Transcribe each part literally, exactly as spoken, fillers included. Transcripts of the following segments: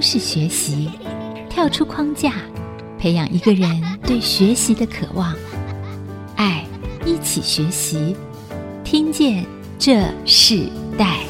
是学习，跳出框架，培养一个人对学习的渴望。爱，一起学习，听见这世代。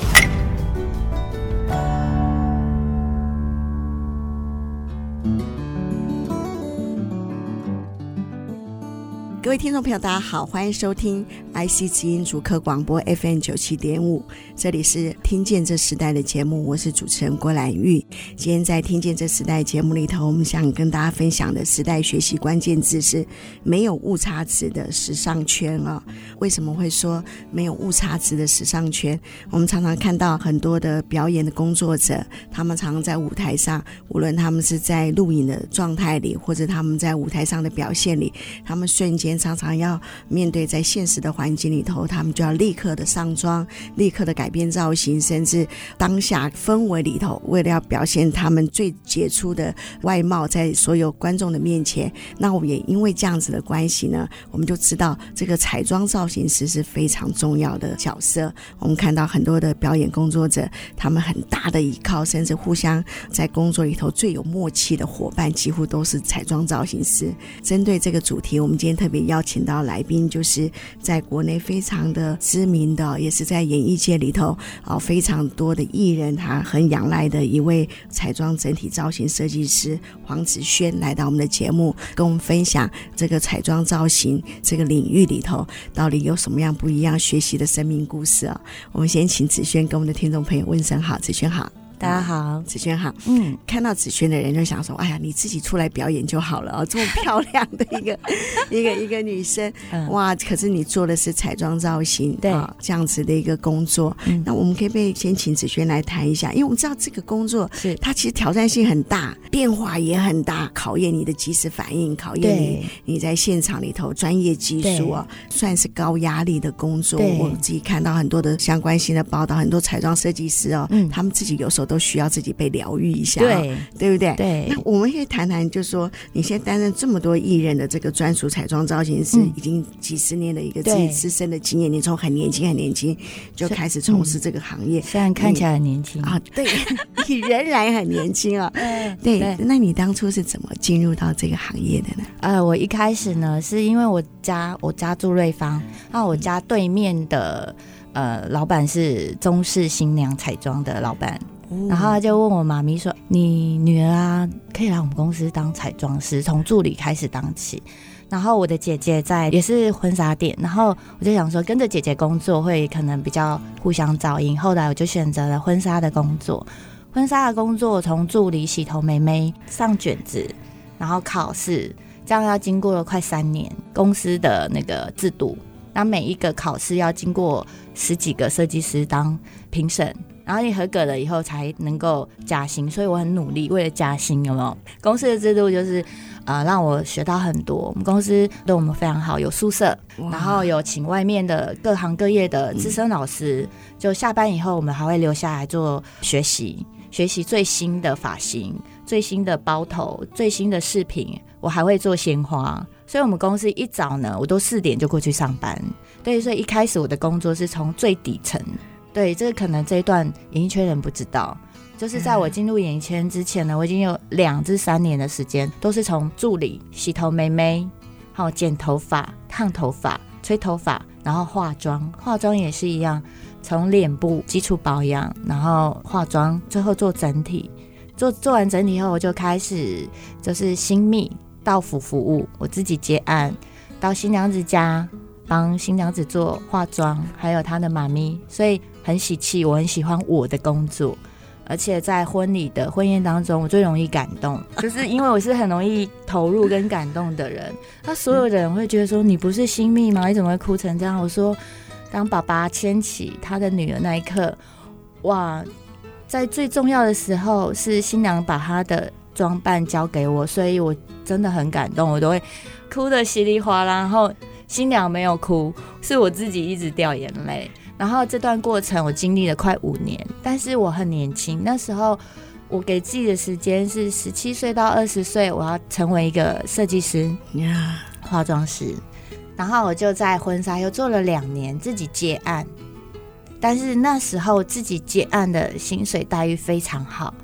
各位听众朋友大家好，欢迎收听 I C 之音主客广播 F M 九十七点五， 这里是听见这时代的节目，我是主持人郭兰玉。今天在听见这时代节目里头，我们想跟大家分享的时代学习关键字是没有误差值的时尚圈啊。为什么会说没有误差值的时尚圈？我们常常看到很多的表演的工作者，他们常常在舞台上，无论他们是在录影的状态里，或者他们在舞台上的表现里，他们瞬间常常要面对在现实的环境里头，他们就要立刻的上妆，立刻的改变造型，甚至当下氛围里头，为了要表现他们最杰出的外貌在所有观众的面前。那我们也因为这样子的关系呢，我们就知道这个彩妆造型师是非常重要的角色。我们看到很多的表演工作者，他们很大的依靠，甚至互相在工作里头最有默契的伙伴，几乎都是彩妆造型师。针对这个主题，我们今天特别邀请到来宾，就是在国内非常的知名的，也是在演艺界里头、哦、非常多的艺人他很仰赖的一位彩妆整体造型设计师黄子轩，来到我们的节目，跟我们分享这个彩妆造型这个领域里头到底有什么样不一样学习的生命故事、哦、我们先请子轩跟我们的听众朋友问声好。子轩好。 大家好。 子轩好。 嗯， 看到子轩的人就想说，哎呀，你自己出来表演就好了哦，这么漂亮的一个一个一个女生、嗯、哇，可是你做的是彩妆造型，对、哦、这样子的一个工作、嗯、那我们可以不可以先请子轩来谈一下，因为我们知道这个工作是它其实挑战性很大，变化也很大，考验你的即时反应，考验你你在现场里头专业技术哦，算是高压力的工作。我自己看到很多的相关性的报道，很多彩妆设计师哦、嗯、他们自己有时候都需要自己被疗愈一下、哦、对对不对？对。那我们可以谈谈，就是说你现在担任这么多艺人的这个专属彩妆造型师、嗯、已经几十年的一个自己资深的经验，你从很年轻很年轻就开始从事这个行业、嗯、 虽然看起来很年轻啊，对你仍然很年轻啊、哦、对, 对。那你当初是怎么进入到这个行业的呢？ 呃，我一开始呢是因为我家我家住瑞芳，那我家对面的呃老板是中式新娘彩妆的老板，然后他就问我妈咪说，你女儿啊可以来我们公司当彩妆师，从助理开始当起。然后我的姐姐在也是婚纱店，然后我就想说跟着姐姐工作会可能比较互相照应，后来我就选择了婚纱的工作。婚纱的工作从助理、洗头、妹妹、上卷子，然后考试，这样要经过了快三年，公司的那个制度，那每一个考试要经过十几个设计师当评审，然后你合格了以后才能够加薪，所以我很努力为了加薪，有没有？公司的制度就是呃让我学到很多，我们公司对我们非常好，有宿舍，然后有请外面的各行各业的资深老师、嗯、就下班以后我们还会留下来做学习，学习最新的发型、最新的包头、最新的饰品，我还会做鲜花。所以我们公司一早呢我都四点就过去上班，对，所以一开始我的工作是从最底层。对，这个可能这一段演艺圈人不知道，就是在我进入演艺圈之前呢，我已经有两至三年的时间都是从助理、洗头妹妹，还有剪头发、烫头发、吹头发，然后化妆，化妆也是一样，从脸部基础保养，然后化妆，最后做整体。做做完整体以后，我就开始就是新秘到府服务，我自己接案，到新娘子家帮新娘子做化妆，还有她的妈咪，所以很喜气，我很喜欢我的工作。而且在婚礼的婚宴当中，我最容易感动，就是因为我是很容易投入跟感动的人。那所有的人会觉得说，你不是新秘吗？你怎么会哭成这样？我说，当爸爸牵起他的女儿那一刻，哇，在最重要的时候是新娘把她的装扮交给我，所以我真的很感动，我都会哭得稀里哗啦，然后新娘没有哭，是我自己一直掉眼泪。然后这段过程我经历了快五年，但是我很年轻，那时候我给自己的时间是十七岁到二十岁，我要成为一个设计师、yeah. 化妆师。然后我就在婚纱又做了两年，自己接案。但是那时候自己接案的薪水待遇非常好，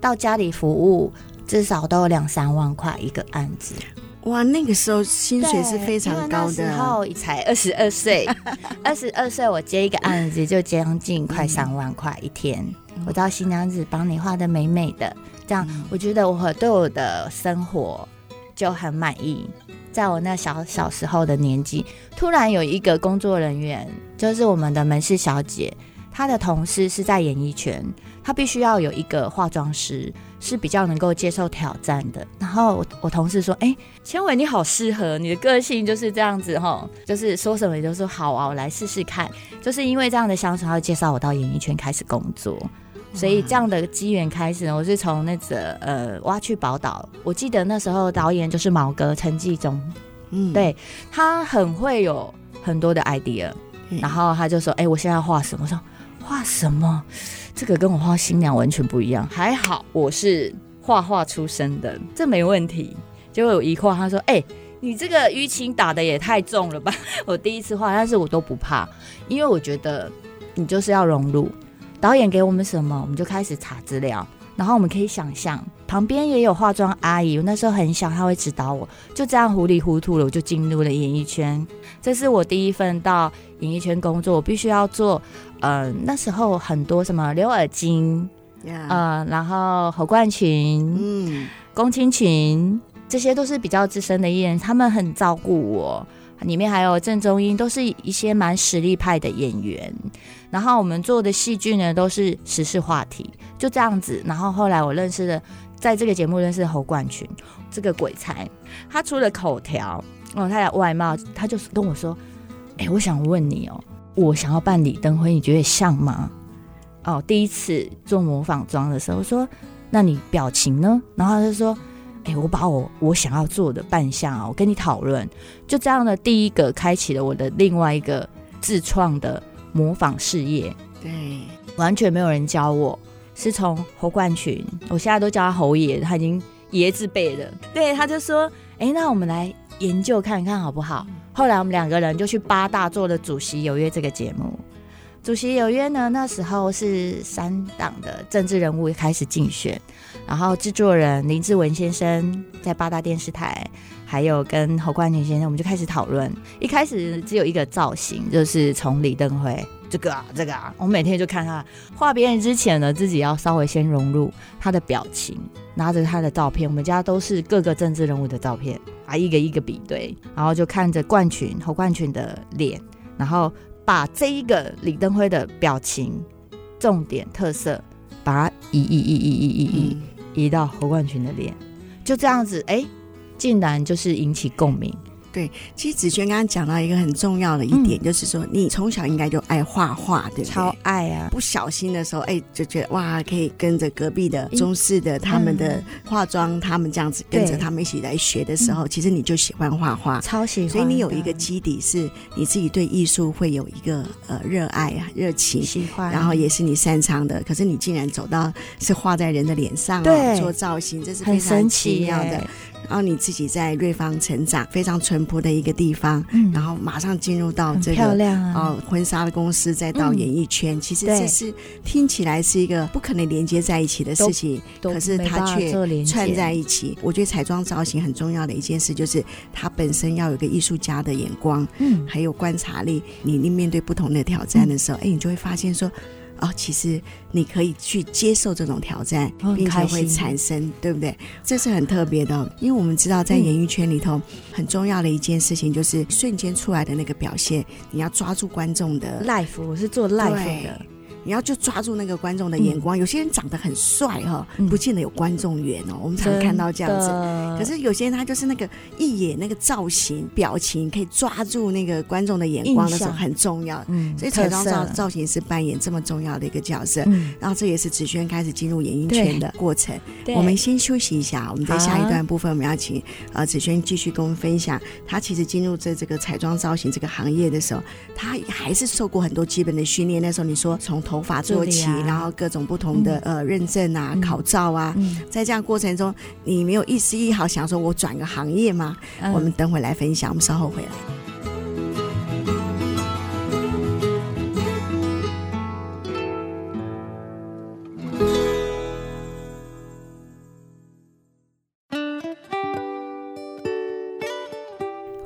到家里服务至少都有两三万块一个案子。 哇，那个时候薪水是非常高的。 那时候才二十二岁，二十二岁我接一个案子就将近快三万块一天。嗯、我到新娘子帮你画的美美的，这样、嗯、我觉得我对我的生活就很满意。在我那小小时候的年纪，突然有一个工作人员，就是我们的门市小姐，她的同事是在演艺圈，她必须要有一个化妆师是比较能够接受挑战的。然后 我, 我同事说，哎、欸，千伟你好适合，你的个性就是这样子齁，就是说什么也就说好啊，我来试试看。就是因为这样的相处，他就介绍我到演艺圈开始工作。所以这样的机缘开始呢，我是从那个呃挖去宝岛，我记得那时候导演就是毛哥陈继忠，嗯，对，他很会有很多的 idea，、嗯、然后他就说，哎、欸，我现在要画什么？我说画什么？这个跟我画新娘完全不一样。还好我是画画出身的，这没问题。结果有一画，他说，哎、欸，你这个淤青打的也太重了吧？我第一次画，但是我都不怕，因为我觉得你就是要融入。导演给我们什么，我们就开始查资料，然后我们可以想象，旁边也有化妆阿姨，我那时候很小，她会指导我，就这样糊里糊涂了，我就进入了演艺圈。这是我第一份到演艺圈工作，我必须要做，呃，那时候很多什么刘尔金， yeah. 呃，然后侯冠群，嗯，龚清群，这些都是比较资深的艺人，他们很照顾我。里面还有郑中英，都是一些蛮实力派的演员。然后我们做的戏剧呢，都是时事话题，就这样子。然后后来我认识了，在这个节目认识了侯冠群，这个鬼才，他除了口条，哦，他的外貌，他就跟我说：“哎、欸，我想问你哦，我想要办李登辉，你觉得像吗？”哦，第一次做模仿妆的时候，我说：“那你表情呢？”然后他就说。哎、欸，我把我我想要做的扮相啊，我跟你讨论，就这样的第一个开启了我的另外一个自创的模仿事业。 对， 完全没有人教我，是从侯冠群，我现在都叫他侯爷，他已经爷字辈了。对，他就说，哎、欸，那我们来研究看看好不好？后来我们两个人就去八大做了《主席有约》这个节目。主席有约呢，那时候是三党的政治人物开始竞选，然后制作人林志文先生在八大电视台，还有跟侯冠群先生，我们就开始讨论。一开始只有一个造型，就是从李登辉这个啊这个啊，我每天就看他画别人之前呢，自己要稍微先融入他的表情，拿着他的照片，我们家都是各个政治人物的照片啊，一个一个比对，然后就看着冠群侯冠群的脸，然后把这一个李登辉的表情重点特色把它移移移移移移移移到侯冠群的脸，就这样子，哎，竟然就是引起共鸣。 对，其实子轩刚刚讲到一个很重要的一点、嗯、就是说你从小应该就爱画画，对不对？ 超爱啊！ 不小心的时候，哎，就觉得哇，可以跟着隔壁的中式的他们的化妆、嗯、他们这样子跟着他们一起来学的时候，其实你就喜欢画画， 超喜欢。 所以你有一个基底是你自己对艺术会有一个呃热爱啊、热情， 喜欢， 然后也是你擅长的。可是你竟然走到是画在人的脸上、啊、做造型，这是非常奇妙的。然后你自己在瑞芳成长，非常淳朴的一个地方、嗯、然后马上进入到这个漂亮啊、 哦、婚纱的公司，再到演艺圈、嗯、其实这是听起来是一个不可能连接在一起的事情，可是它却串在一起。我觉得彩妆造型很重要的一件事就是它本身要有个艺术家的眼光、嗯、还有观察力。你面对不同的挑战的时候、嗯、你就会发现说哦，其实你可以去接受这种挑战，并且会产生，对不对？这是很特别的，因为我们知道在演艺圈里头、嗯、很重要的一件事情就是瞬间出来的那个表现，你要抓住观众的 life， 我是做 life 的。 你要就抓住那个观众的眼光、嗯、有些人长得很帅、哦嗯、不见得有观众缘哦，我们常看到这样子。可是有些人他就是那个一眼那个造型表情可以抓住那个观众的眼光的时候很重要、嗯、所以彩妆 造, 造型师扮演这么重要的一个角色、嗯、然后这也是子轩开始进入演艺圈的过程。我们先休息一下，我们在下一段部分我们要请、呃、子轩继续跟我们分享他其实进入这这个彩妆造型这个行业的时候，他还是受过很多基本的训练。那时候你说从头发做起、啊、然后各种不同的、嗯、呃认证啊、嗯、考照啊、嗯、在这样过程中你没有一丝一毫想说我转个行业吗、嗯、我们等会来分享，我们稍后回来。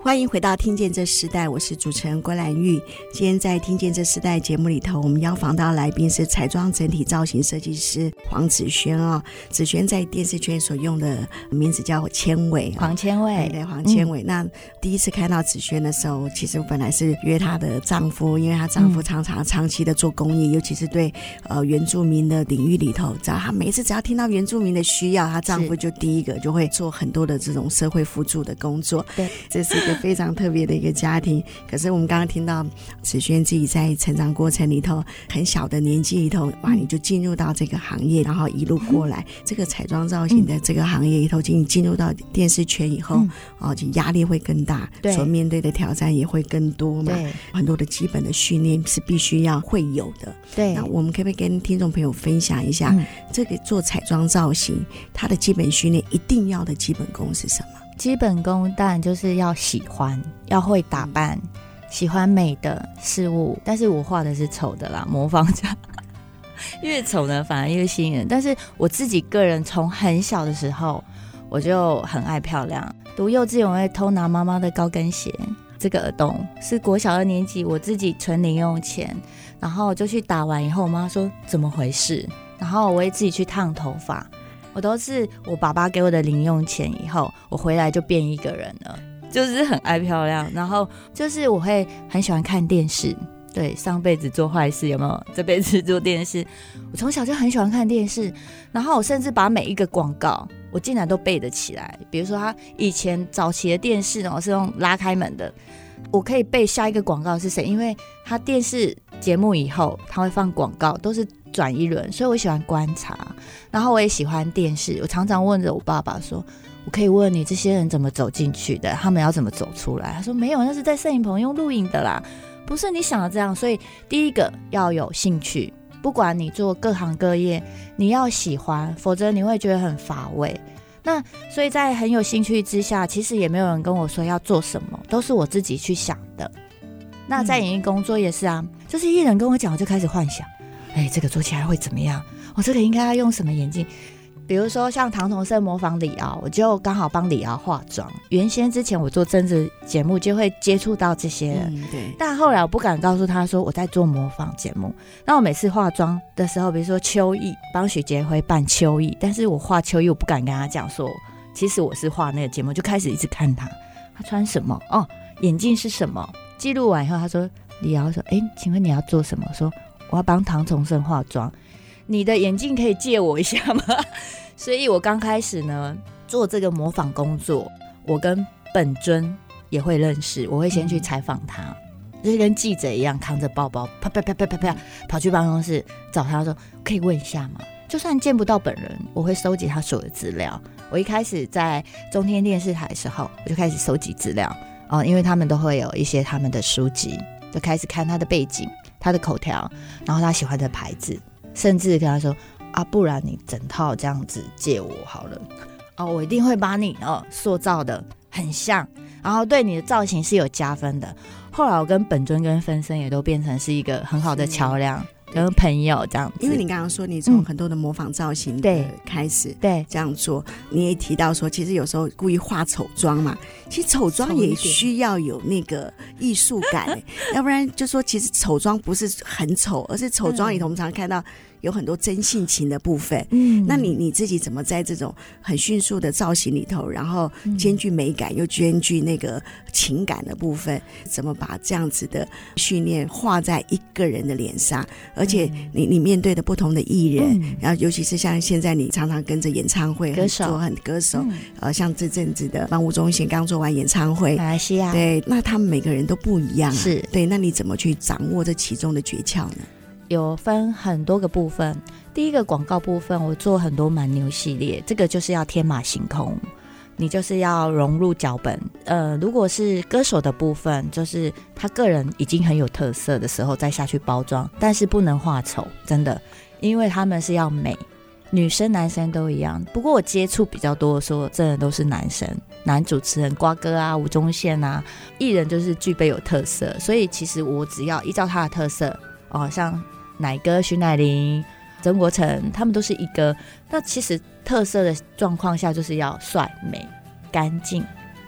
欢迎回到听见这时代，我是主持人郭兰玉。今天在听见这时代节目里头，我们邀访到来宾是彩妆整体造型设计师黄子轩哦。子轩在电视圈所用的名字叫千伟、哦、 黄千伟， 对对，黄千伟、嗯、那第一次看到子轩的时候，其实我本来是约她的丈夫，因为她丈夫常常长期的做公益、嗯、尤其是对呃原住民的领域里头，只要她每一次只要听到原住民的需要，她丈夫就第一个就会做很多的这种社会辅助的工作。对，这是一个非常特别的一个家庭。可是我们刚刚听到子轩自己在成长过程里头，很小的年纪里头，哇，你就进入到这个行业，然后一路过来，嗯、这个彩妆造型的这个行业里头，进进入到电视圈以后，嗯、哦，就压力会更大，所面对的挑战也会更多嘛。对，很多的基本的训练是必须要会有的。对，那我们可不可以跟听众朋友分享一下，嗯、这个做彩妆造型它的基本训练一定要的基本功是什么？ 基本功当然就是要喜欢，要会打扮，喜欢美的事物。但是我画的是丑的啦，模仿家越丑呢反而越吸引人。但是我自己个人从很小的时候我就很爱漂亮，读幼稚园我会偷拿妈妈的高跟鞋，这个耳洞是国小二年级我自己存零用钱，然后就去打完以后，我妈说怎么回事，然后我也自己去烫头发，我都是我爸爸给我的零用钱以后，我回来就变一个人了，就是很爱漂亮。然后就是我会很喜欢看电视，对，上辈子做坏事有没有，这辈子做电视。我从小就很喜欢看电视，然后我甚至把每一个广告我竟然都背得起来。比如说他以前早期的电视呢是用拉开门的，我可以背下一个广告是谁，因为他电视节目以后他会放广告，都是转一轮，所以我喜欢观察。然后我也喜欢电视，我常常问着我爸爸说，我可以问你这些人怎么走进去的，他们要怎么走出来？他说没有，那是在摄影棚用录影的啦，不是你想的这样。所以第一个要有兴趣，不管你做各行各业你要喜欢，否则你会觉得很乏味。那所以在很有兴趣之下，其实也没有人跟我说要做什么，都是我自己去想的。那在演艺工作也是啊，就是艺人跟我讲我就开始幻想，哎，这个做起来会怎么样，我这个应该要用什么眼镜。比如说像唐崇盛模仿李敖，我就刚好帮李敖化妆。原先之前我做政治节目就会接触到这些人、嗯、对，但后来我不敢告诉他说我在做模仿节目。那我每次化妆的时候，比如说秋意帮许杰辉办秋意，但是我画秋意我不敢跟他讲说其实我是画那个节目，就开始一直看他他穿什么哦，眼镜是什么。记录完以后他说，李敖说，哎，请问你要做什么？我说我要帮唐崇盛化妆，你的眼镜可以借我一下吗？所以我刚开始呢做这个模仿工作，我跟本尊也会认识，我会先去采访他、嗯、就是跟记者一样扛着包包啪啪啪啪啪啪跑去办公室找他说可以问一下吗？就算见不到本人，我会收集他所有的资料。我一开始在中天电视台的时候，我就开始收集资料、哦、因为他们都会有一些他们的书籍，就开始看他的背景，他的口条，然后他喜欢的牌子，甚至跟他说啊，不然你整套这样子借我好了哦，我一定会把你哦塑造的很像，然后对你的造型是有加分的。后来我跟本尊跟分身也都变成是一个很好的桥梁，跟朋友这样子。 因为你刚刚说你从很多的模仿造型的开始、嗯、对这样做，你也提到说其实有时候故意化丑妆嘛，其实丑妆也需要有那个艺术感要不然就说其实丑妆不是很丑，而是丑妆里头我们常看到有很多真性情的部分。嗯，那你你自己怎么在这种很迅速的造型里头，然后兼具美感、嗯、又兼具那个情感的部分，怎么把这样子的训练画在一个人的脸上？而且你你面对的不同的艺人、嗯、然后尤其是像现在你常常跟着演唱会歌手做很歌手、嗯、呃，像这阵子的帮吴宗宪刚做完演唱会，马来西亚，对，那他们每个人都不一样、啊、是对，那你怎么去掌握这其中的诀窍呢？ 有分很多个部分。第一个广告部分，我做很多蛮牛系列，这个就是要天马行空，你就是要融入脚本。呃，如果是歌手的部分，就是他个人已经很有特色的时候再下去包装，但是不能画丑，真的，因为他们是要美，女生男生都一样。不过我接触比较多的时候真的都是男生，男主持人瓜哥啊、吴宗宪啊，艺人就是具备有特色，所以其实我只要依照他的特色哦，像乃哥、徐乃麟、曾国城，他们都是一个。那其实特色的状况下，就是要帅、美、干净，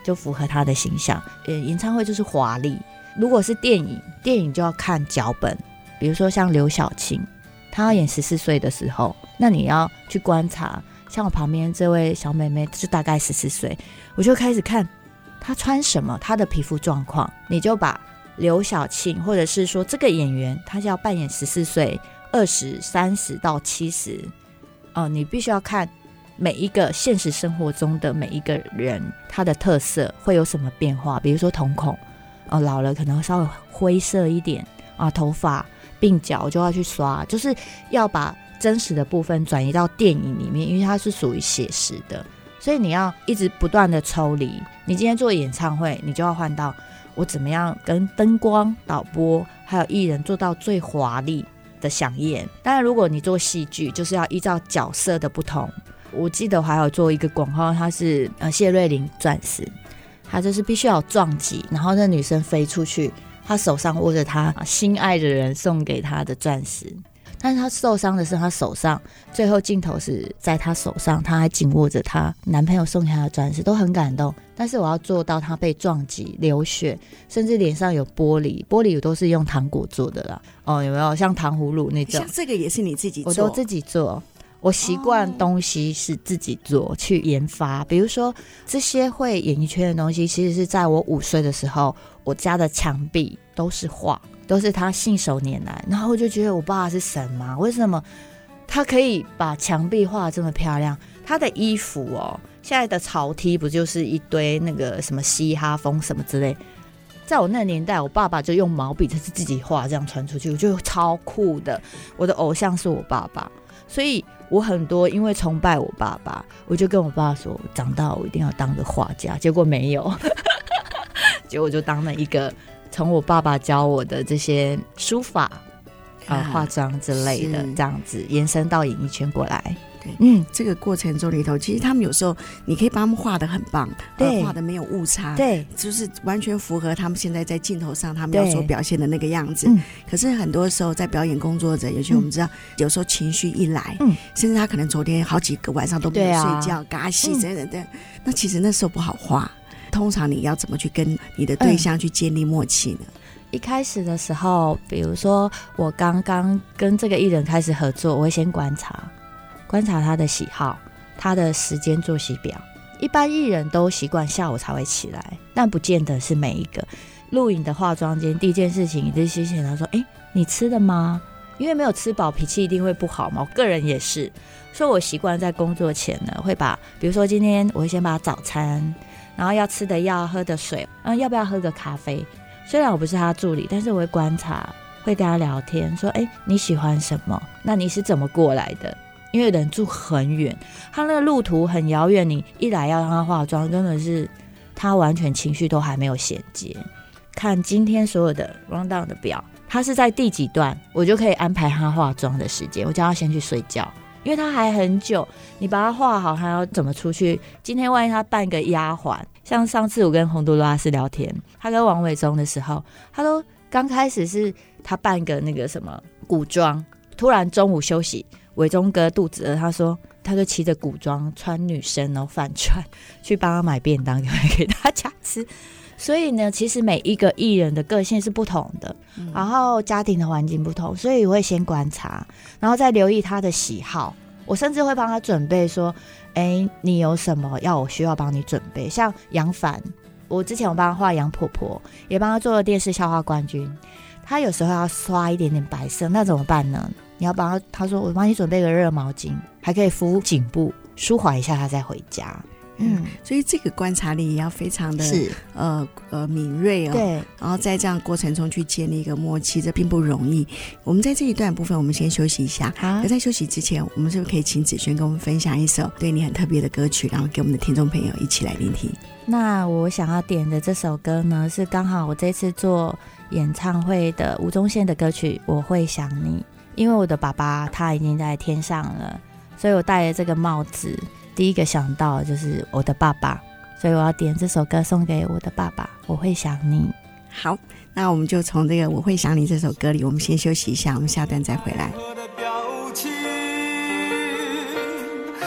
就符合他的形象。呃，演唱会就是华丽。如果是电影，电影就要看脚本，比如说像刘晓庆，她要演十四岁的时候，那你要去观察，像我旁边这位小妹妹就大概十四岁，我就开始看她穿什么，她的皮肤状况，你就把刘晓庆或者是说这个演员他是要扮演十四岁、二十、三十到七十，哦，你必须要看每一个现实生活中的每一个人他的特色会有什么变化，比如说瞳孔。哦，老了可能稍微灰色一点啊，头发鬓角就要去刷，就是要把真实的部分转移到电影里面，因为它是属于写实的，所以你要一直不断的抽离。你今天做演唱会，你就要换到我怎么样跟灯光、导播还有艺人做到最华丽的响宴。当然，如果你做戏剧，就是要依照角色的不同。我记得我还有做一个广告，它是呃谢瑞麟钻石。他就是必须要有撞击，然后那女生飞出去，她手上握着她心爱的人送给她的钻石，但是她受伤的是她手上，最后镜头是在她手上，她还紧握着她男朋友送给她的钻石，都很感动。但是我要做到她被撞击、流血，甚至脸上有玻璃，玻璃我都是用糖果做的啦。哦，有没有像糖葫芦那种？ 像这个也是你自己做？ 我都自己做。我习惯东西是自己做、哦、去研发，比如说这些会演艺圈的东西，其实是在我五岁的时候，我家的墙壁都是画，都是他信手拈来，然后我就觉得我爸是神嘛，为什么他可以把墙壁画得这么漂亮？他的衣服哦，现在的潮 T 不就是一堆那个什么嘻哈风什么之类，在我那个年代，我爸爸就用毛笔就是自己画这样传出去，我觉得超酷的。我的偶像是我爸爸，所以我很多因为崇拜我爸爸，我就跟我爸说，长大我一定要当个画家。结果没有，结果就当了一个从我爸爸教我的这些书法、呃、化妆之类的，这样子延伸到演艺圈过来。 对，嗯，这个过程中里头，其实他们有时候你可以帮他们画得很棒，对，画得没有误差，对，就是完全符合他们现在在镜头上他们要所表现的那个样子。嗯、可是很多时候在表演工作者，尤其我们知道，嗯、有时候情绪一来，嗯，甚至他可能昨天好几个晚上都没有睡觉，嘎戏等等等，那其实那时候不好画。通常你要怎么去跟你的对象去建立默契呢？嗯， 一开始的时候，比如说我刚刚跟这个艺人开始合作，我会先观察。观察他的喜好，他的时间作息表。一般艺人都习惯下午才会起来，但不见得是每一个。录影的化妆间，第一件事情一定先请他说：“哎，你吃了吗？”因为没有吃饱，脾气一定会不好嘛。我个人也是，所以我习惯在工作前呢，会把，比如说今天我会先把早餐，然后要吃的药、喝的水，嗯，要不要喝个咖啡？虽然我不是他助理，但是我会观察，会跟他聊天，说：“哎，你喜欢什么？那你是怎么过来的？”因为人住很远，他那个路途很遥远，你一来要让他化妆，根本是他完全情绪都还没有衔接。看今天所有的 rundown 的表，他是在第几段，我就可以安排他化妆的时间，我叫他先去睡觉，因为他还很久，你把他画好，他要怎么出去？今天万一他扮个丫鬟，像上次我跟洪都拉斯聊天，他跟王伟忠的时候，他都刚开始是他扮个那个什么古装，突然中午休息。伟忠哥肚子饿，他说他就骑着古装穿女生然后反串去帮他买便当给大家吃。所以呢，其实每一个艺人的个性是不同的，嗯、然后家庭的环境不同，所以我会先观察，然后再留意他的喜好。我甚至会帮他准备说，哎，你有什么要我需要帮你准备？像杨凡，我之前我帮他画杨婆婆，也帮他做了电视笑话冠军。他有时候要刷一点点白色，那怎么办呢？你要帮他，他说我帮你准备个热毛巾，还可以敷颈部，舒缓一下他再回家。 嗯，所以这个观察力也要非常的是呃呃敏锐哦。对，然后在这样过程中去建立一个默契，这并不容易。我们在这一段部分，我们先休息一下。好，而在休息之前，我们是不是可以请子轩跟我们分享一首对你很特别的歌曲，然后给我们的听众朋友一起来聆听？ 那我想要点的这首歌呢，是刚好我这次做演唱会的吴宗宪的歌曲《我会想你》。因为我的爸爸他已经在天上了，所以我戴了这个帽子，第一个想到的就是我的爸爸，所以我要点这首歌送给我的爸爸，我会想你。 好，那我们就从这个我会想你这首歌里，我们先休息一下，我们下段再回来。 你是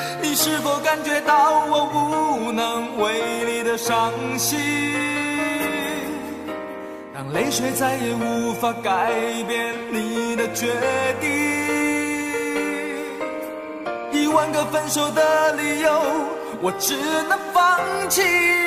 是否感觉到我无能为力的伤心？当泪水再也无法改变你的决定，一万个分手的理由，我只能放弃。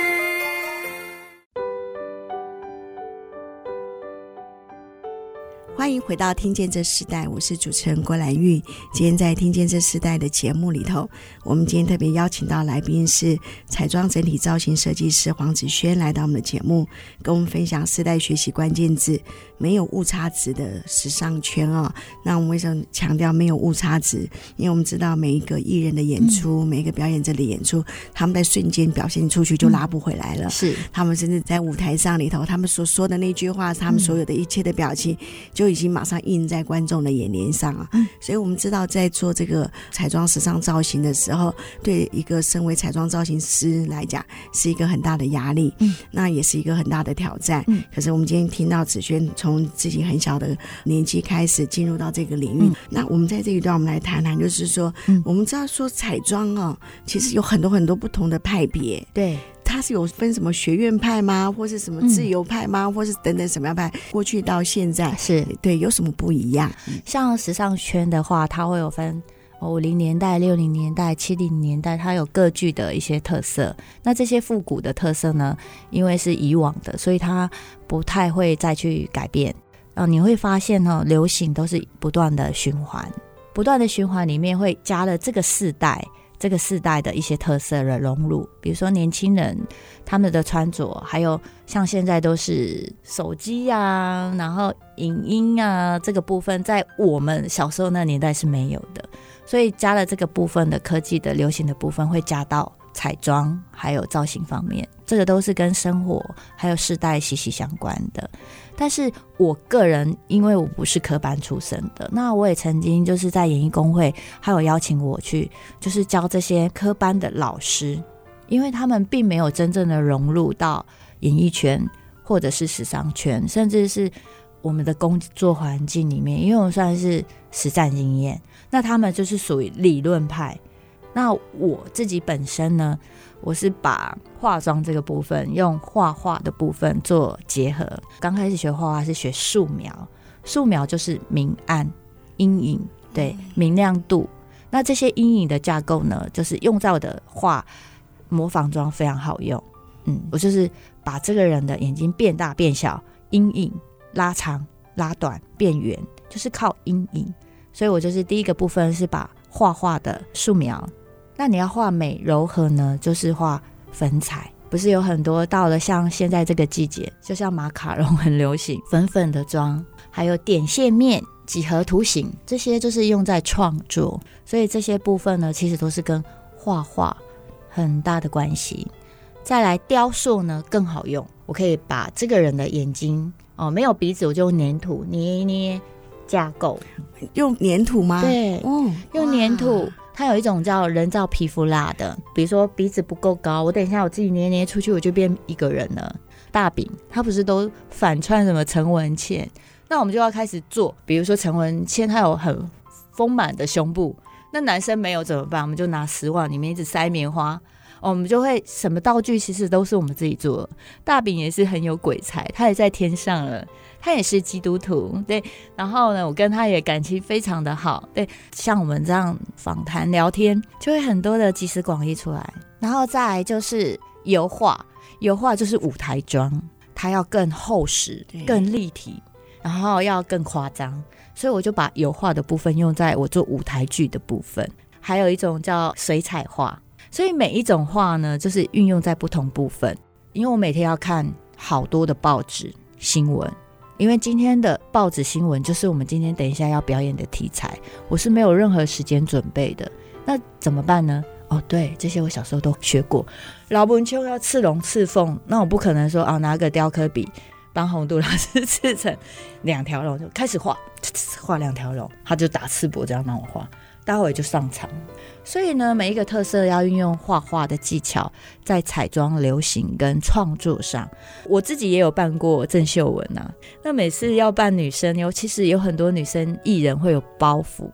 欢迎回到听见这时代，我是主持人郭兰玉。今天在听见这时代的节目里头，我们今天特别邀请到来宾是彩妆整体造型设计师黄子轩来到我们的节目，跟我们分享时代学习关键字没有误差值的时尚圈哦。那我们为什么强调没有误差值？因为我们知道每一个艺人的演出、嗯、每一个表演者的演出，他们在瞬间表现出去就拉不回来了、嗯、是他们甚至在舞台上里头，他们所说的那句话，他们所有的一切的表情、嗯、就已经马上印在观众的眼帘上啊、嗯、所以我们知道在做这个彩妆时尚造型的时候，对一个身为彩妆造型师来讲是一个很大的压力、嗯、那也是一个很大的挑战、嗯、可是我们今天听到子轩从自己很小的年纪开始进入到这个领域、嗯、那我们在这一段我们来谈谈，就是说、嗯、我们知道说彩妆哦，其实有很多很多不同的派别，对，它是有分什么学院派吗，或是什么自由派吗、嗯、或是等等什么样派，过去到现在是对有什么不一样？ 像时尚圈的话，它会有分五零年代、六零年代、七零年代，它有各具的一些特色。那这些复古的特色呢，因为是以往的，所以它不太会再去改变。啊，你会发现哦，流行都是不断的循环，不断的循环里面会加了这个世代。这个世代的一些特色的融入，比如说年轻人他们的穿着，还有像现在都是手机啊，然后影音啊，这个部分在我们小时候那年代是没有的，所以加了这个部分的科技的流行的部分会加到彩妆还有造型方面，这个都是跟生活还有世代息息相关的。但是我个人因为我不是科班出身的，那我也曾经就是在演艺工会还有邀请我去就是教这些科班的老师，因为他们并没有真正的融入到演艺圈或者是时尚圈，甚至是我们的工作环境里面，因为我算是实战经验，那他们就是属于理论派。那我自己本身呢，我是把化妆这个部分用画画的部分做结合。刚开始学画画是学素描，素描就是明暗阴影，对，明亮度。那这些阴影的架构呢，就是用在我的画模仿妆非常好用。嗯，我就是把这个人的眼睛变大变小，阴影拉长拉短变圆，就是靠阴影。所以我就是第一个部分是把画画的素描。那你要画美柔和呢，就是画粉彩。不是有很多到了像现在这个季节，就像马卡龙很流行粉粉的妆，还有点线面几何图形，这些就是用在创作。所以这些部分呢，其实都是跟画画很大的关系。再来雕塑呢更好用，我可以把这个人的眼睛哦，没有鼻子我就用粘土捏一捏架构。 用粘土吗？ 对、哦、用粘土。它有一种叫人造皮肤蜡的，比如说鼻子不够高，我等一下我自己捏捏出去我就变一个人了。大饼它不是都反串什么陈文茜，那我们就要开始做，比如说陈文茜她有很丰满的胸部，那男生没有怎么办？我们就拿丝袜里面一直塞棉花、哦、我们就会什么道具其实都是我们自己做的。大饼也是很有鬼才，他也在天上了，他也是基督徒，对，然后呢我跟他也感情非常的好，对，像我们这样访谈聊天就会很多的集思广益出来。然后再来就是油画，油画就是舞台妆，它要更厚实更立体，然后要更夸张，所以我就把油画的部分用在我做舞台剧的部分。还有一种叫水彩画，所以每一种画呢就是运用在不同部分。因为我每天要看好多的报纸新闻，因为今天的报纸新闻就是我们今天等一下要表演的题材，我是没有任何时间准备的，那怎么办呢？哦，对，这些我小时候都学过。老文秋要刺龙刺凤，那我不可能说啊，拿个雕刻笔帮洪都老师刺成两条龙，就开始画，画两条龙，他就打赤膊这样让我画，待会就上场。所以呢，每一个特色要运用画画的技巧，在彩妆流行跟创作上。我自己也有扮过郑秀文啊，那每次要扮女生，尤其是有很多女生艺人会有包袱，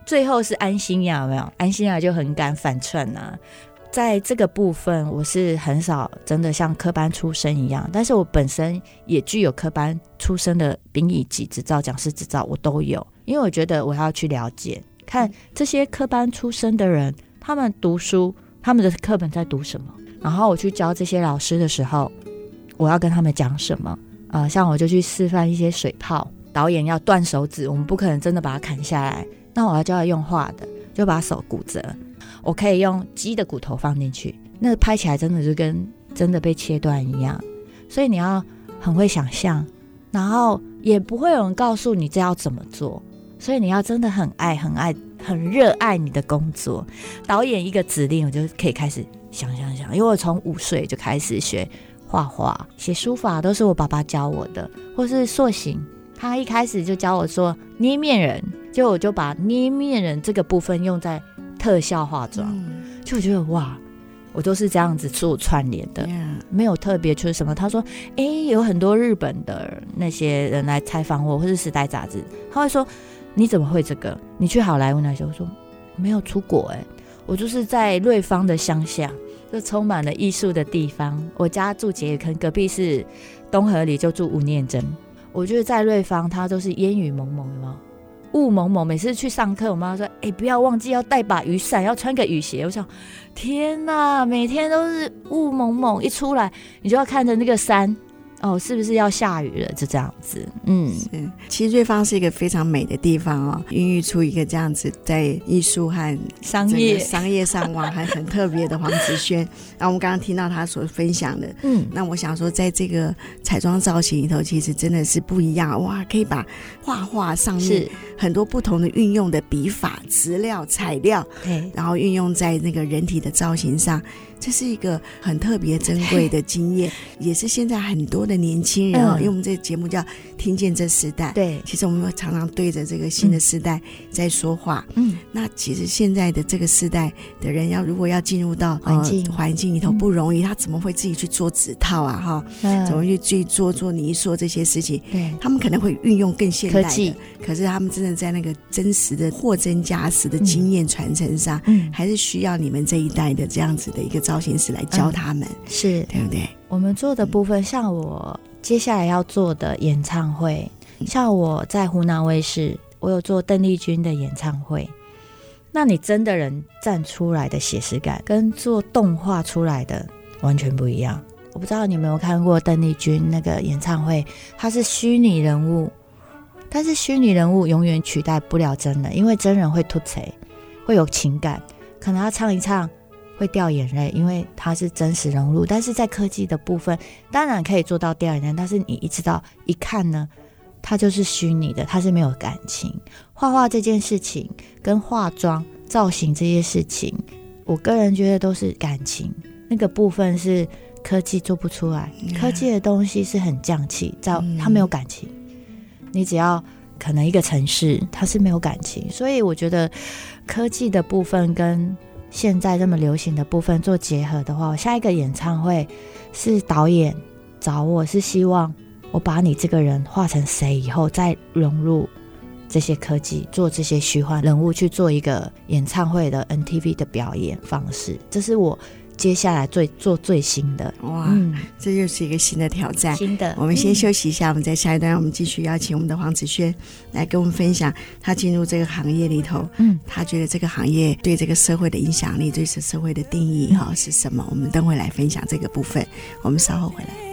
最后是安心亚，有没有？安心亚就很敢反串啊。在这个部分我是很少真的像科班出身一样，但是我本身也具有科班出身的丙乙级执照、讲师执照，我都有。因为我觉得我要去了解看这些科班出身的人，他们读书，他们的课本在读什么，然后我去教这些老师的时候，我要跟他们讲什么。呃，像我就去示范一些水泡，导演要断手指，我们不可能真的把它砍下来，那我要教他用画的，就把手骨折，我可以用鸡的骨头放进去，那个拍起来真的就跟真的被切断一样。所以你要很会想象，然后也不会有人告诉你这要怎么做，所以你要真的很爱很爱很热爱你的工作。导演一个指令我就可以开始想想想，因为我从五岁就开始学画画，写书法都是我爸爸教我的，或是塑形，他一开始就教我说捏面人，就我就把捏面人这个部分用在特效化妆、嗯、就我觉得哇，我都是这样子做串联的、yeah. 没有特别就是什么。他说哎、欸，有很多日本的那些人来采访我，或是时代杂志，他会说你怎么会这个，你去好莱坞那些。我说没有出国哎、欸，我就是在瑞芳的乡下，就充满了艺术的地方。我家住捷坑，隔壁是东河里，就住吴念真。我觉得在瑞芳它都是烟雨蒙蒙，有没有？雾蒙蒙，每次去上课我妈说哎、欸，不要忘记要带把雨伞，要穿个雨鞋。我想天哪，每天都是雾蒙蒙，一出来你就要看着那个山，哦，是不是要下雨了，就这样子。嗯， 是，其实瑞芳是一个非常美的地方哦，孕育出一个这样子在艺术和商业商业上网还很特别的黄子轩。然后我们刚刚听到他所分享的，嗯，那我想说在这个彩妆造型里头其实真的是不一样，哇，可以把画画上面很多不同的运用的笔法、质料、材料，然后运用在那个人体的造型上，这是一个很特别珍贵的经验，也是现在很多的年轻人、哦嗯、因为我们这个节目叫听见这时代，对，其实我们常常对着这个新的时代在说话。嗯，那其实现在的这个时代的人要如果要进入到环境、呃、环境里头不容易、嗯、他怎么会自己去做指套啊哈、嗯，怎么去去做做泥塑这些事情，对，他们可能会运用更现代的科技，可是他们真的在那个真实的货真价实的经验传承上、嗯、还是需要你们这一代的这样子的一个造型师来教他们、嗯、是对不对？ 我们做的部分、嗯、像我接下来要做的演唱会、嗯、像我在湖南卫视我有做邓丽君的演唱会，那你真的人站出来的写实感跟做动画出来的完全不一样。我不知道你有没有看过邓丽君那个演唱会，它是虚拟人物，但是虚拟人物永远取代不了真人，因为真人会吐槽，会有情感，可能他唱一唱会掉眼泪，因为它是真实人物。但是在科技的部分当然可以做到掉眼泪，但是你一知道一看呢，它就是虚拟的，它是没有感情。画画这件事情跟化妆造型这些事情，我个人觉得都是感情，那个部分是科技做不出来、嗯、科技的东西是很匠气，它没有感情、嗯、你只要可能一个城市它是没有感情。所以我觉得科技的部分跟现在这么流行的部分做结合的话，我下一个演唱会是导演找我，是希望我把你这个人画成谁以后再融入这些科技，做这些虚幻人物，去做一个演唱会的 N T V 的表演方式。这是我接下来最做最新的。 哇、嗯、这又是一个新的挑战。 新的， 我们先休息一下、嗯、我们在下一段我们继续邀请我们的黄子轩来跟我们分享他进入这个行业里头，嗯，他觉得这个行业对这个社会的影响力，对这社会的定义、嗯哦、是什么。我们等会来分享这个部分，我们稍后回来。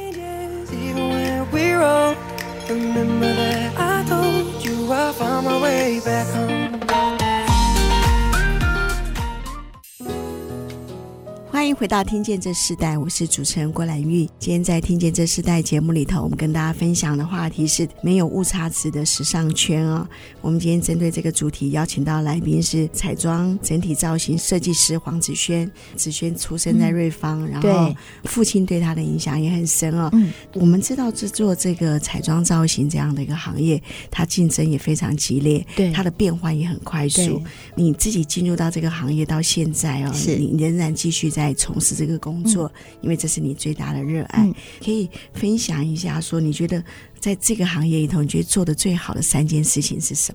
欢迎回到听见这世代，我是主持人郭兰玉。今天在听见这世代节目里头，我们跟大家分享的话题是没有误差值的时尚圈哦。我们今天针对这个主题邀请到来宾是彩妆整体造型设计师黄子轩。子轩出生在瑞芳、嗯、然后父亲对他的影响也很深哦、嗯、我们知道制作这个彩妆造型这样的一个行业，它竞争也非常激烈，对，它的变化也很快速。你自己进入到这个行业到现在哦，是你仍然继续在从事这个工作、嗯、因为这是你最大的热爱、嗯、可以分享一下说你觉得在这个行业里头你觉得做的最好的三件事情是什么？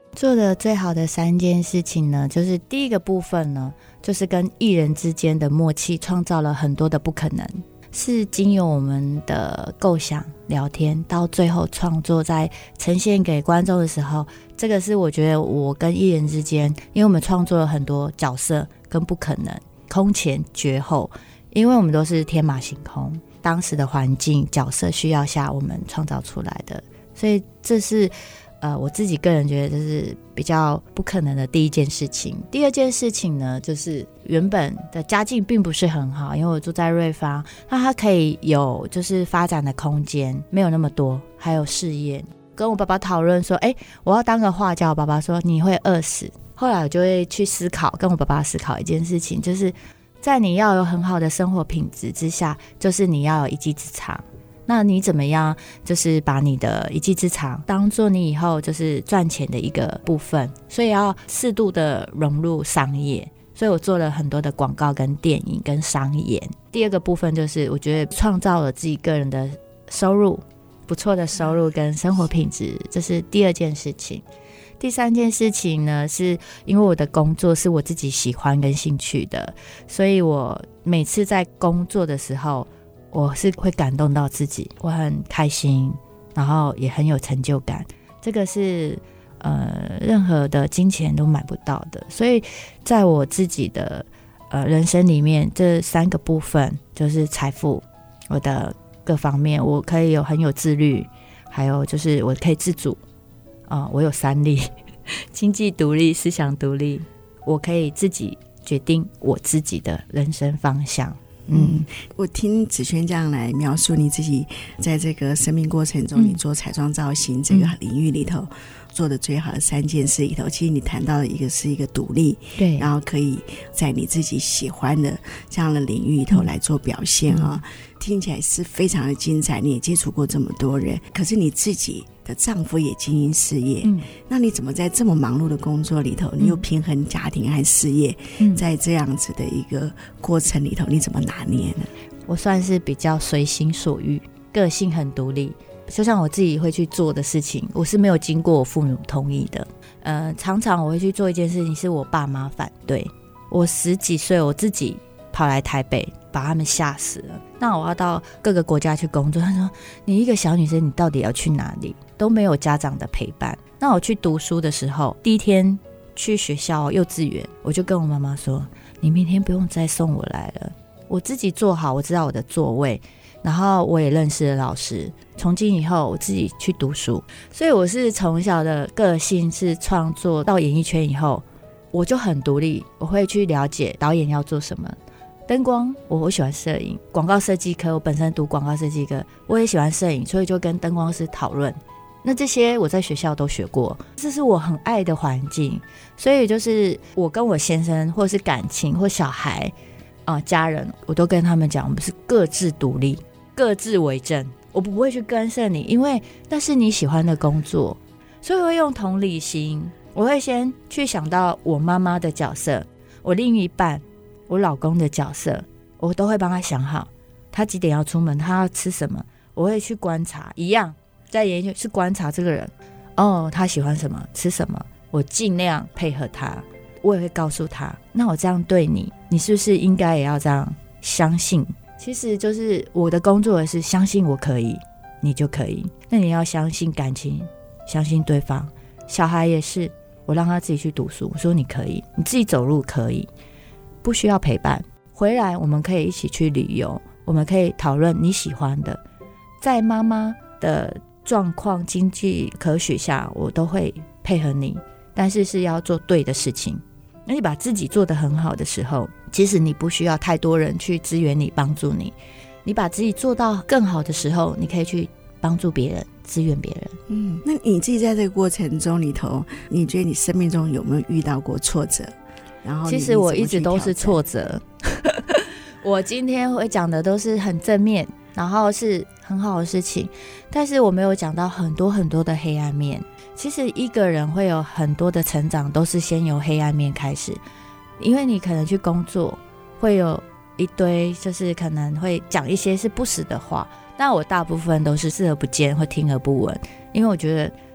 做的最好的三件事情呢，就是第一个部分呢，就是跟艺人之间的默契，创造了很多的不可能，是经由我们的构想聊天，到最后创作，在呈现给观众的时候，这个是我觉得我跟艺人之间，因为我们创作了很多角色跟不可能，空前绝后，因为我们都是天马行空，当时的环境角色需要下我们创造出来的，所以这是呃，我自己个人觉得这是比较不可能的第一件事情。第二件事情呢，就是原本的家境并不是很好，因为我住在瑞芳，那它可以有就是发展的空间没有那么多，还有事业。跟我爸爸讨论说，哎，我要当个画家，我爸爸说你会饿死。后来我就会去思考，跟我爸爸思考一件事情，就是在你要有很好的生活品质之下，就是你要有一技之长。那你怎么样就是把你的一技之长当做你以后就是赚钱的一个部分，所以要适度的融入商业，所以我做了很多的广告跟电影跟商演。第二个部分就是我觉得创造了自己个人的收入，不错的收入跟生活品质，这是第二件事情。第三件事情呢，是因为我的工作是我自己喜欢跟兴趣的，所以我每次在工作的时候我是会感动到自己，我很开心，然后也很有成就感，这个是呃任何的金钱都买不到的。所以在我自己的呃人生里面，这三个部分就是财富，我的各方面我可以有很有自律，还有就是我可以自主啊、呃，我有三力，经济独立，思想独立，我可以自己决定我自己的人生方向。 嗯，我听芷萱这样来描述你自己在这个生命过程中，嗯、你做彩妆造型这个领域里头、嗯、做的最好的三件事里头，其实你谈到的一个是一个独立，对，然后可以在你自己喜欢的这样的领域里头来做表现啊、哦嗯，听起来是非常的精彩。你也接触过这么多人，可是你自己的丈夫也经营事业、嗯、那你怎么在这么忙碌的工作里头，你又平衡家庭和事业、嗯、在这样子的一个过程里头，你怎么拿捏呢？ 我算是比较随心所欲，个性很独立，就像我自己会去做的事情，我是没有经过我父母同意的。呃，常常我会去做一件事情，是我爸妈反对。我十几岁，我自己跑来台北，把他们吓死了。那我要到各个国家去工作，他说你一个小女生，你到底要去哪里？都没有家长的陪伴。那我去读书的时候，第一天去学校幼稚园，我就跟我妈妈说，你明天不用再送我来了，我自己坐好，我知道我的座位，然后我也认识了老师，从今以后我自己去读书。所以我是从小的个性是创作，到演艺圈以后我就很独立，我会去了解导演要做什么，灯光 我, 我喜欢摄影，广告设计科我本身读广告设计科，我也喜欢摄影，所以就跟灯光师讨论，那这些我在学校都学过，这是我很爱的环境。所以就是我跟我先生或是感情或小孩、呃、家人，我都跟他们讲，我们是各自独立，各自为政，我不会去干涉你，因为那是你喜欢的工作。所以我会用同理心，我会先去想到我妈妈的角色，我另一半，我老公的角色，我都会帮他想好，他几点要出门，他要吃什么，我会去观察，一样在研究是观察这个人，哦，他喜欢什么，吃什么，我尽量配合他。我也会告诉他，那我这样对你，你是不是应该也要这样相信？其实就是我的工作是相信我可以，你就可以。那你要相信感情，相信对方。小孩也是，我让他自己去读书，我说你可以，你自己走路可以，不需要陪伴。回来我们可以一起去旅游，我们可以讨论你喜欢的。在妈妈的状况经济可许下，我都会配合你，但是是要做对的事情。那你把自己做得很好的时候，其实你不需要太多人去支援你帮助你，你把自己做到更好的时候，你可以去帮助别人，支援别人。 嗯，那你自己在这个过程中里头，你觉得你生命中有没有遇到过挫折？然后其实我一直都是挫折我今天会讲的都是很正面，然后是很好的事情，但是我没有讲到很多很多的黑暗面。其实一个人会有很多的成长，都是先由黑暗面开始。因为你可能去工作，会有一堆就是可能会讲一些是不实的话，但我大部分都是视而不见或听而不闻，因为我觉得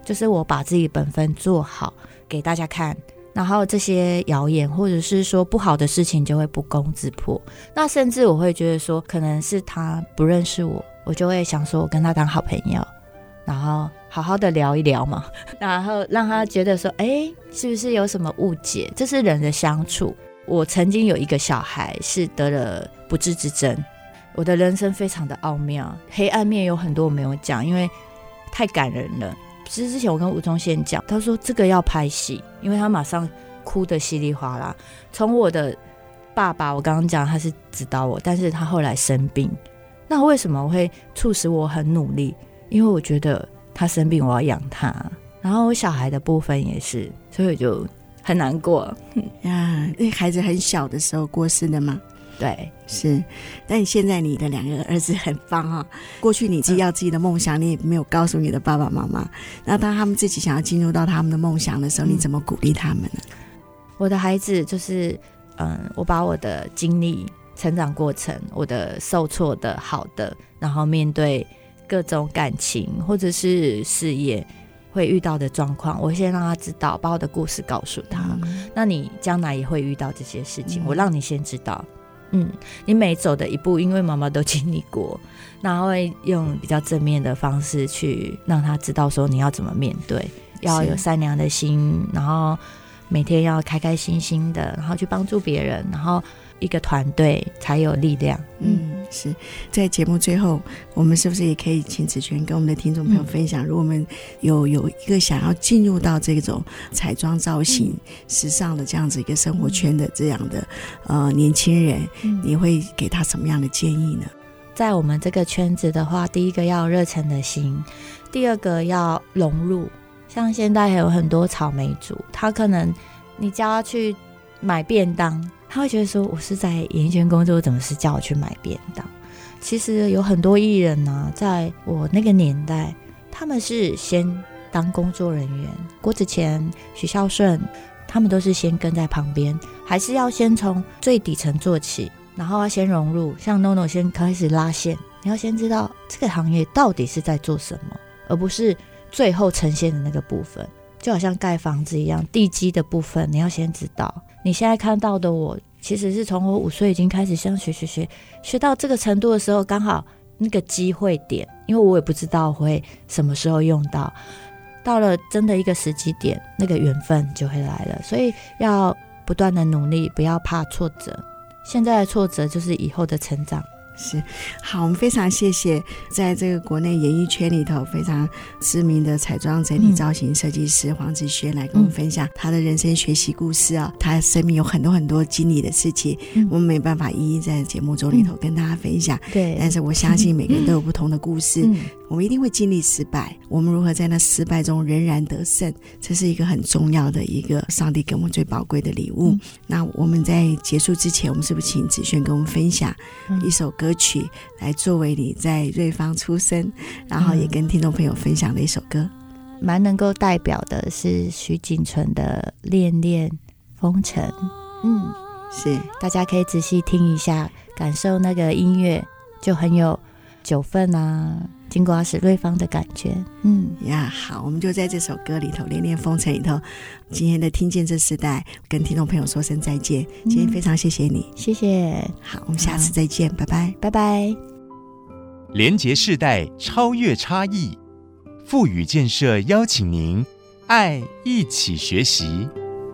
就是我把自己本分做好给大家看，然后这些谣言或者是说不好的事情就会不攻自破。那甚至我会觉得说可能是他不认识我，我就会想说我跟他当好朋友，然后好好的聊一聊嘛，然后让他觉得说哎，是不是有什么误解，这是人的相处。我曾经有一个小孩是得了不治之症，我的人生非常的奥妙，黑暗面有很多我没有讲，因为太感人了。其实之前我跟吴宗宪讲，他说这个要拍戏，因为他马上哭得稀里哗啦。从我的爸爸，我刚刚讲他是指导我，但是他后来生病，那为什么会促使我很努力？因为我觉得他生病我要养他，然后我小孩的部分也是，所以我就很难过呀。那孩子很小的时候过世的吗？ 对， 是。但现在你的两个儿子很棒哈、哦。过去你自己要自己的梦想，你也没有告诉你的爸爸妈妈。那当他们自己想要进入到他们的梦想的时候，你怎么鼓励他们呢？ 我的孩子就是，嗯，我把我的经历、成长过程、我的受挫的、好的，然后面对各种感情或者是事业会遇到的状况，我先让他知道，把我的故事告诉他。嗯、那你将来也会遇到这些事情，嗯、我让你先知道。嗯，你每走的一步，因为妈妈都经历过，然后会用比较正面的方式去让他知道说你要怎么面对，要有善良的心，然后每天要开开心心的，然后去帮助别人，然后一个团队才有力量。 嗯，是。在节目最后，我们是不是也可以请子璇跟我们的听众朋友分享，嗯、如果我们有有一个想要进入到这种彩妆造型、嗯、时尚的这样子一个生活圈的这样的呃年轻人、嗯，你会给他什么样的建议呢？ 在我们这个圈子的话，第一个要有热忱的心，第二个要融入。像现在还有很多草莓族，他可能你叫他去买便当，他会觉得说我是在演艺圈工作，怎么是叫我去买便当？其实有很多艺人啊，在我那个年代，他们是先当工作人员，郭子乾、许孝顺，他们都是先跟在旁边，还是要先从最底层做起，然后要先融入。像 NONO 先开始拉线，你要先知道这个行业到底是在做什么，而不是最后呈现的那个部分。就好像盖房子一样，地基的部分你要先知道。你现在看到的我，其实是从我五岁已经开始像学学学学到这个程度的时候，刚好那个机会点，因为我也不知道会什么时候用到，到了真的一个时机点，那个缘分就会来了。所以要不断的努力，不要怕挫折，现在的挫折就是以后的成长。 是，好，我们非常谢谢在这个国内演艺圈里头非常知名的彩妆整体造型设计师黄子璇来跟我们分享他的人生学习故事啊、哦，他生命有很多很多经历的事情、嗯、我们没办法一一在节目中里头跟大家分享、嗯、对，但是我相信每个人都有不同的故事、嗯、我们一定会经历失败，我们如何在那失败中仍然得胜，这是一个很重要的一个上帝给我们最宝贵的礼物、嗯、那我们在结束之前，我们是不是请子璇跟我们分享一首歌曲来作为你在瑞芳出生，然后也跟听众朋友分享的一首歌？ 蛮能够代表的是徐锦纯的《恋恋风尘》。嗯， 是， 大家可以仔细听一下，感受那个音乐，就很有九份啊金瓜石瑞芳的感觉。嗯呀，好，我们就在这首歌里头《恋恋风尘》里头，今天的听见这时代跟听众朋友说声再见。今天非常谢谢你、 嗯、谢谢。 好，我们下次再见，拜拜拜拜。 连结世代，超越差异，富予建设邀请您爱一起学习。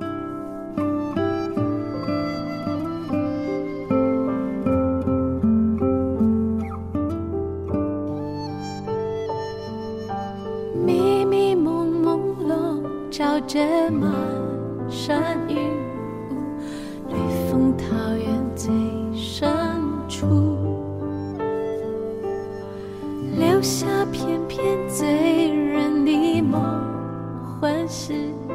迷迷蒙蒙笼罩着满山云雾，绿风桃源最深处，留下片片醉人的梦幻时